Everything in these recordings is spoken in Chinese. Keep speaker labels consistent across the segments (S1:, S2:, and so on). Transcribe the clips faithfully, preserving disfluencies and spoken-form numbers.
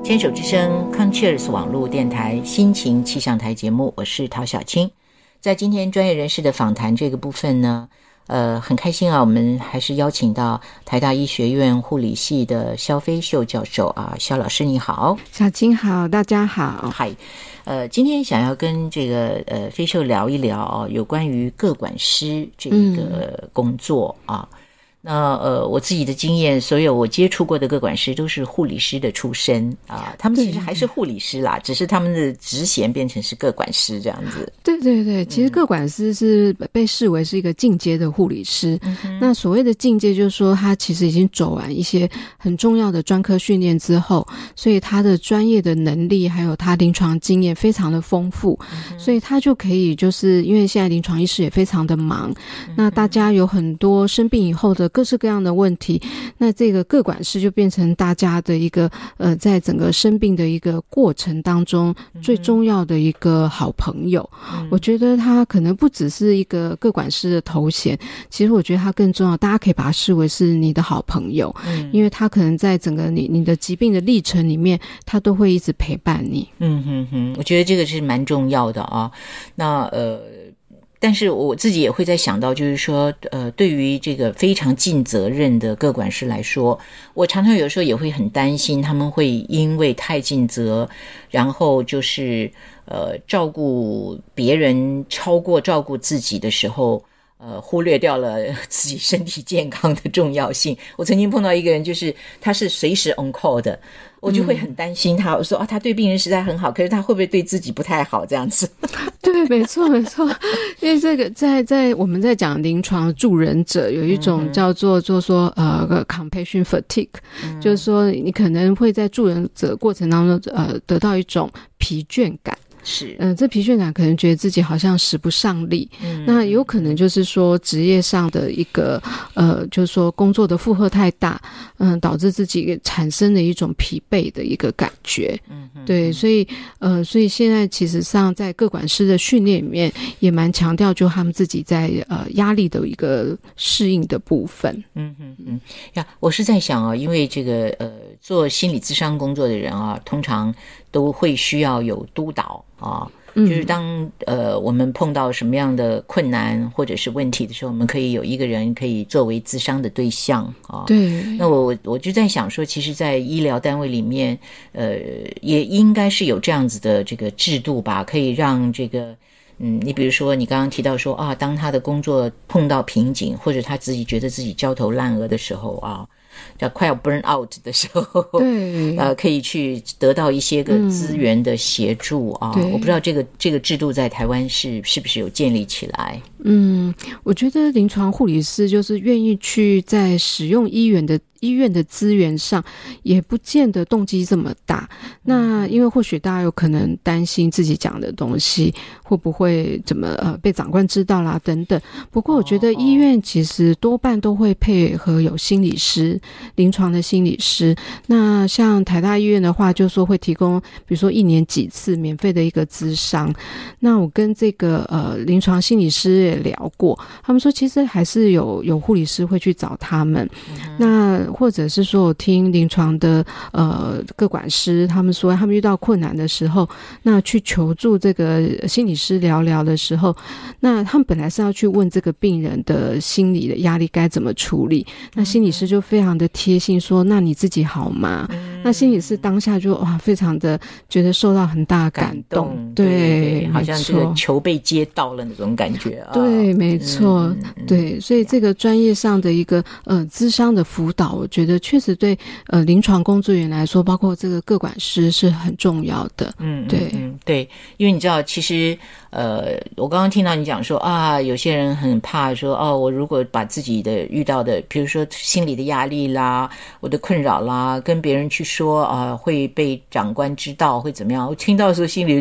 S1: 牵手之声 Concheers 网络电台心情气象台节目，我是陶小青。在今天专业人士的访谈这个部分呢，呃，很开心啊，我们还是邀请到台大医学院护理系的萧飞秀教授啊，萧老师你好。
S2: 小青好，大家好。
S1: 嗨，呃，今天想要跟这个呃飞秀聊一聊啊，有关于个管师这个工作啊。嗯，那呃，我自己的经验，所有我接触过的个管师都是护理师的出身啊，他们其实还是护理师啦，只是他们的职衔变成是个管师这样子。
S2: 对对对，其实个管师是被视为是一个进阶的护理师。嗯，那所谓的进阶，就是说他其实已经走完一些很重要的专科训练之后，所以他的专业的能力还有他临床经验非常的丰富，嗯，所以他就可以就是因为现在临床医师也非常的忙，嗯，那大家有很多生病以后的各式各样的问题，那这个个管师就变成大家的一个呃，在整个生病的一个过程当中最重要的一个好朋友。嗯，我觉得他可能不只是一个个管师的头衔，其实我觉得他更重要，大家可以把他视为是你的好朋友。嗯，因为他可能在整个你你的疾病的历程里面，他都会一直陪伴你。
S1: 嗯哼哼，我觉得这个是蛮重要的啊。那呃但是我自己也会在想到，就是说呃，对于这个非常尽责任的个管师来说，我常常有时候也会很担心他们会因为太尽责，然后就是呃照顾别人超过照顾自己的时候，呃，忽略掉了自己身体健康的重要性。我曾经碰到一个人，就是他是随时 on call 的，我就会很担心他，我说啊，他对病人实在很好，可是他会不会对自己不太好这样子？
S2: 对，没错没错，因为这个在在我们在讲临床助人者，有一种叫做做说呃 compassion fatigue，嗯，就是说你可能会在助人者过程当中呃得到一种疲倦感。
S1: 是，
S2: 嗯、呃，这疲倦感可能觉得自己好像使不上力，嗯，那有可能就是说职业上的一个呃，就是说工作的负荷太大，嗯、呃，导致自己产生了一种疲惫的一个感觉，嗯，对，所以呃，所以现在其实上在个管师的训练里面也蛮强调，就他们自己在呃压力的一个适应的部分，
S1: 嗯嗯嗯，呀，我是在想啊，因为这个呃做心理咨商工作的人啊，通常都会需要有督导啊，就是当呃我们碰到什么样的困难或者是问题的时候，我们可以有一个人可以作为咨商的对象啊。
S2: 对，
S1: 那我我就在想说，其实在医疗单位里面，呃，也应该是有这样子的这个制度吧，可以让这个嗯，你比如说你刚刚提到说啊，当他的工作碰到瓶颈，或者他自己觉得自己焦头烂额的时候啊，叫快要 burn out 的时候，
S2: 对，
S1: 呃，可以去得到一些个资源的协助啊。
S2: 嗯，
S1: 我不知道这个这个制度在台湾是是不是有建立起来？
S2: 嗯，我觉得临床护理师就是愿意去在使用医院的医院的资源上，也不见得动机这么大。那因为或许大家有可能担心自己讲的东西会不会怎么呃被长官知道啦等等。不过我觉得医院其实多半都会配合有心理师，临床的心理师。那像台大医院的话，就说会提供比如说一年几次免费的一个咨商。那我跟这个呃临床心理师也聊过，他们说其实还是有有护理师会去找他们。嗯，那或者是说我听临床的呃个管师他们说，他们遇到困难的时候，那去求助这个心理师聊聊的时候，那他们本来是要去问这个病人的心理的压力该怎么处理，那心理师就非常的贴心说，那你自己好吗？嗯，那心理师当下就哇非常的觉得受到很大感动，
S1: 感动对, 对, 对，好像这个球被接到了那种感觉啊。
S2: 对，没错，嗯，对，所以这个专业上的一个呃咨商的辅导，我觉得确实对呃临床工作人员来说，包括这个个管师是很重要的。嗯，对，
S1: 嗯，对，因为你知道，其实呃，我刚刚听到你讲说啊，有些人很怕说哦，我如果把自己的遇到的，比如说心理的压力啦，我的困扰啦，跟别人去说啊，会被长官知道，会怎么样？我听到的时候心里就觉得很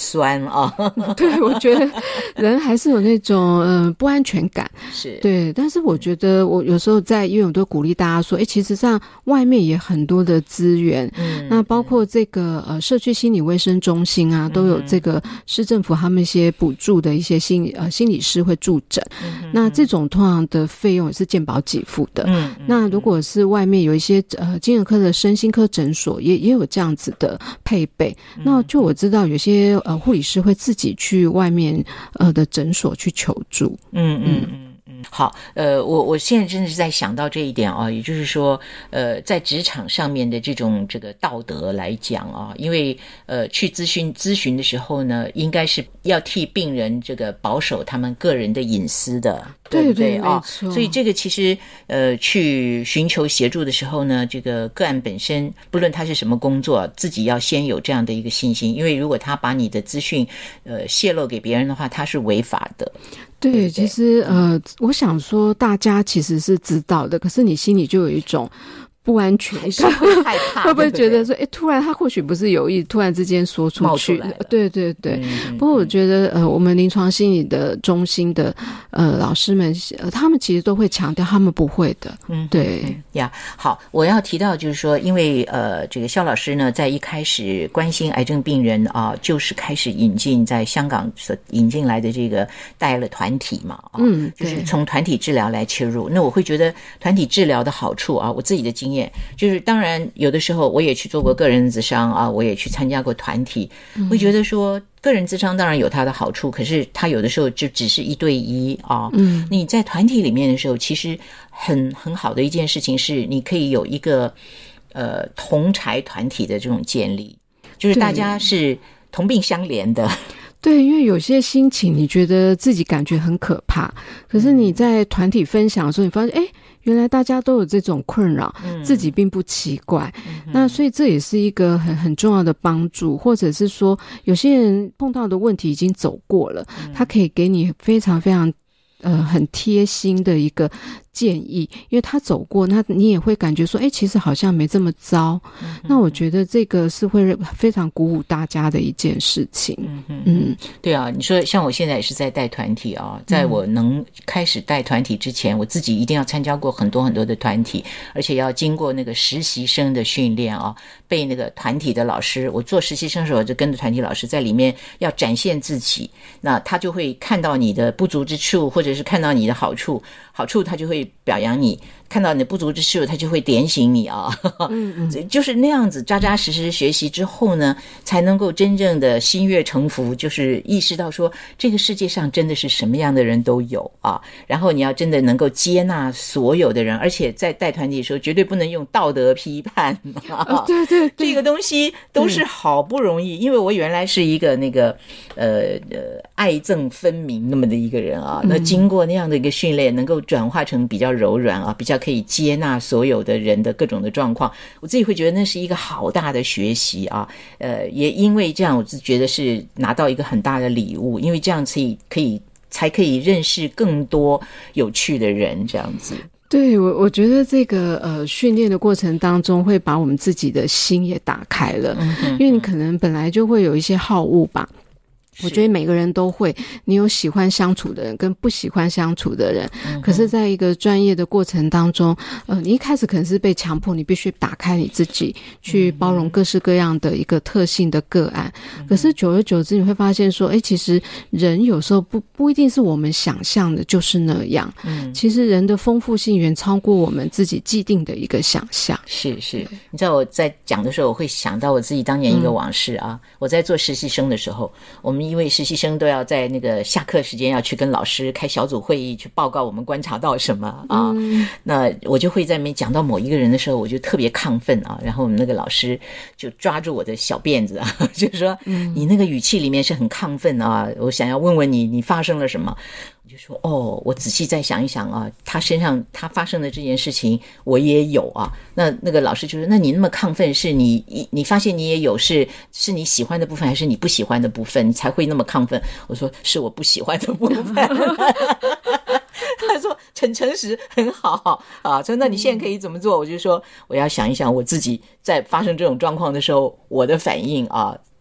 S1: 酸啊。
S2: 对，我觉得人还是有那种呃不安全感，
S1: 是
S2: 对。但是我觉得我有时候在医院我都鼓励大家说，哎，其实上外面也很多的资源，嗯，那包括这个呃社区心理卫生中心啊，都有这个市政府他们一些补助的一些心理呃心理师会助诊，嗯，那这种通常的费用也是健保给付的，嗯，那如果是外面有一些呃精神科的身心科诊所也也有这样子的配备，那就我知道有些呃护理师会自己去外面呃的诊所去求助。
S1: 嗯嗯嗯。好，呃，我我现在真的是在想到这一点啊，也就是说，呃，在职场上面的这种这个道德来讲啊，因为呃，去咨询咨询的时候呢，应该是要替病人这个保守他们个人的隐私的，对不对啊？所以这个其实呃，去寻求协助的时候呢，这个个案本身不论他是什么工作，自己要先有这样的一个信心，因为如果他把你的资讯呃泄露给别人的话，他是违法的。
S2: 对，对对，其实呃，我想说，大家其实是知道的，可是你心里就有一种不安全感，
S1: 会害怕，
S2: 会不会觉得说，哎，突然他或许不是有意，突然之间说出去，
S1: 冒出来了，
S2: 对对对。嗯、不过我觉得，呃，我们临床心理的中心的呃老师们，呃，他们其实都会强调，他们不会的，嗯，对
S1: 呀。好，我要提到就是说，因为呃，这个肖老师呢，在一开始关心癌症病人啊、呃，就是开始引进在香港所引进来的这个带了团体嘛，啊、呃，嗯，就是从团体治疗来切入。那我会觉得团体治疗的好处啊，我自己的经验。就是当然有的时候我也去做过个人咨商啊，我也去参加过团体，会觉得说个人咨商当然有它的好处，可是它有的时候就只是一对一啊。嗯，你在团体里面的时候，其实很很好的一件事情是你可以有一个呃同侪团体的这种建立，就是大家是同病相怜的。
S2: 对，因为有些心情你觉得自己感觉很可怕，可是你在团体分享的时候，你发现哎，原来大家都有这种困扰，嗯、自己并不奇怪。嗯、那所以这也是一个很很重要的帮助，或者是说有些人碰到的问题已经走过了，嗯、他可以给你非常非常呃很贴心的一个建议，因为他走过，那你也会感觉说，哎，其实好像没这么糟。嗯、那我觉得这个是会非常鼓舞大家的一件事情。嗯
S1: 嗯，对啊，你说像我现在也是在带团体啊，在我能开始带团体之前，我自己一定要参加过很多很多的团体，而且要经过那个实习生的训练啊，被那个团体的老师，我做实习生的时候就跟着团体老师在里面要展现自己，那他就会看到你的不足之处，或者是看到你的好处，好处他就会表扬你，看到你的不足之处他就会点醒你啊。嗯嗯，就是那样子扎扎实实学习之后呢，才能够真正的心悦诚服，就是意识到说这个世界上真的是什么样的人都有啊，然后你要真的能够接纳所有的人，而且在带团体的时候绝对不能用道德批判啊、
S2: 哦、对对对，
S1: 这个东西都是好不容易，因为我原来是一个那个呃呃爱憎分明那么的一个人啊，那经过那样的一个训练，能够转化成比较柔软啊，比较可以接纳所有的人的各种的状况，我自己会觉得那是一个好大的学习啊。呃，也因为这样，我就觉得是拿到一个很大的礼物，因为这样可以可以才可以认识更多有趣的人，这样子。
S2: 对，我我觉得这个呃训练的过程当中，会把我们自己的心也打开了，嗯哼哼，因为你可能本来就会有一些好恶吧。我觉得每个人都会，你有喜欢相处的人跟不喜欢相处的人，嗯、可是在一个专业的过程当中，呃，你一开始可能是被强迫，你必须打开你自己，去包容各式各样的一个特性的个案。嗯、可是久而久之，你会发现说，哎，其实人有时候不不一定是我们想象的就是那样。嗯，其实人的丰富性远超过我们自己既定的一个想象。
S1: 是是，你知道我在讲的时候，我会想到我自己当年一个往事啊。嗯、我在做实习生的时候，我们因为实习生都要在那个下课时间要去跟老师开小组会议，去报告我们观察到什么啊。嗯、那我就会在那边讲到某一个人的时候，我就特别亢奋啊。然后我们那个老师就抓住我的小辫子啊，就是说、嗯、你那个语气里面是很亢奋啊，我想要问问你，你发生了什么？我就说哦，我仔细再想一想啊，他身上他发生的这件事情我也有啊。那那个老师就说，那你那么亢奋，是你你发现你也有，是是你喜欢的部分还是你不喜欢的部分，你才会那么亢奋？我说是我不喜欢的部分。他说很诚实，很好啊。说那你现在可以怎么做？我就说我要想一想我自己在发生这种状况的时候我的反应啊。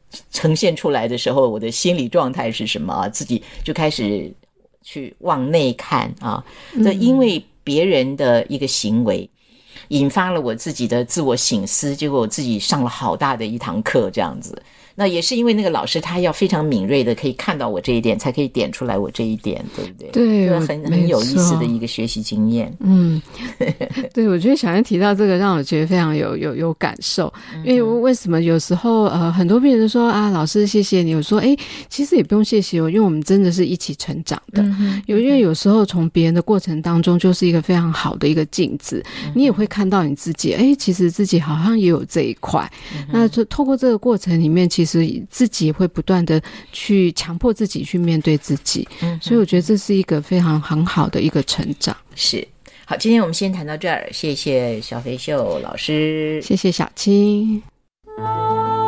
S1: 呈现出来的时候，我的心理状态是什么啊？自己就开始去往内看啊。这因为别人的一个行为引发了我自己的自我省思，结果我自己上了好大的一堂课这样子。那也是因为那个老师他要非常敏锐的可以看到我这一点，才可以点出来我这一点，对不对？
S2: 对，
S1: 很很有意思的一个学习经验。
S2: 嗯，对，我觉得小燕提到这个让我觉得非常有有有感受，因为为什么有时候呃很多病人都说啊，老师谢谢你，我说哎，其实也不用谢谢我，因为我们真的是一起成长的。嗯、有因为有时候从别人的过程当中就是一个非常好的一个镜子，嗯、你也会看到你自己，哎，其实自己好像也有这一块。嗯、那就透过这个过程里面，其实自己会不断的去强迫自己去面对自己，嗯、所以我觉得这是一个非常很好的一个成长。
S1: 是，好，今天我们先谈到这儿，谢谢小飞秀老师，
S2: 谢谢小青。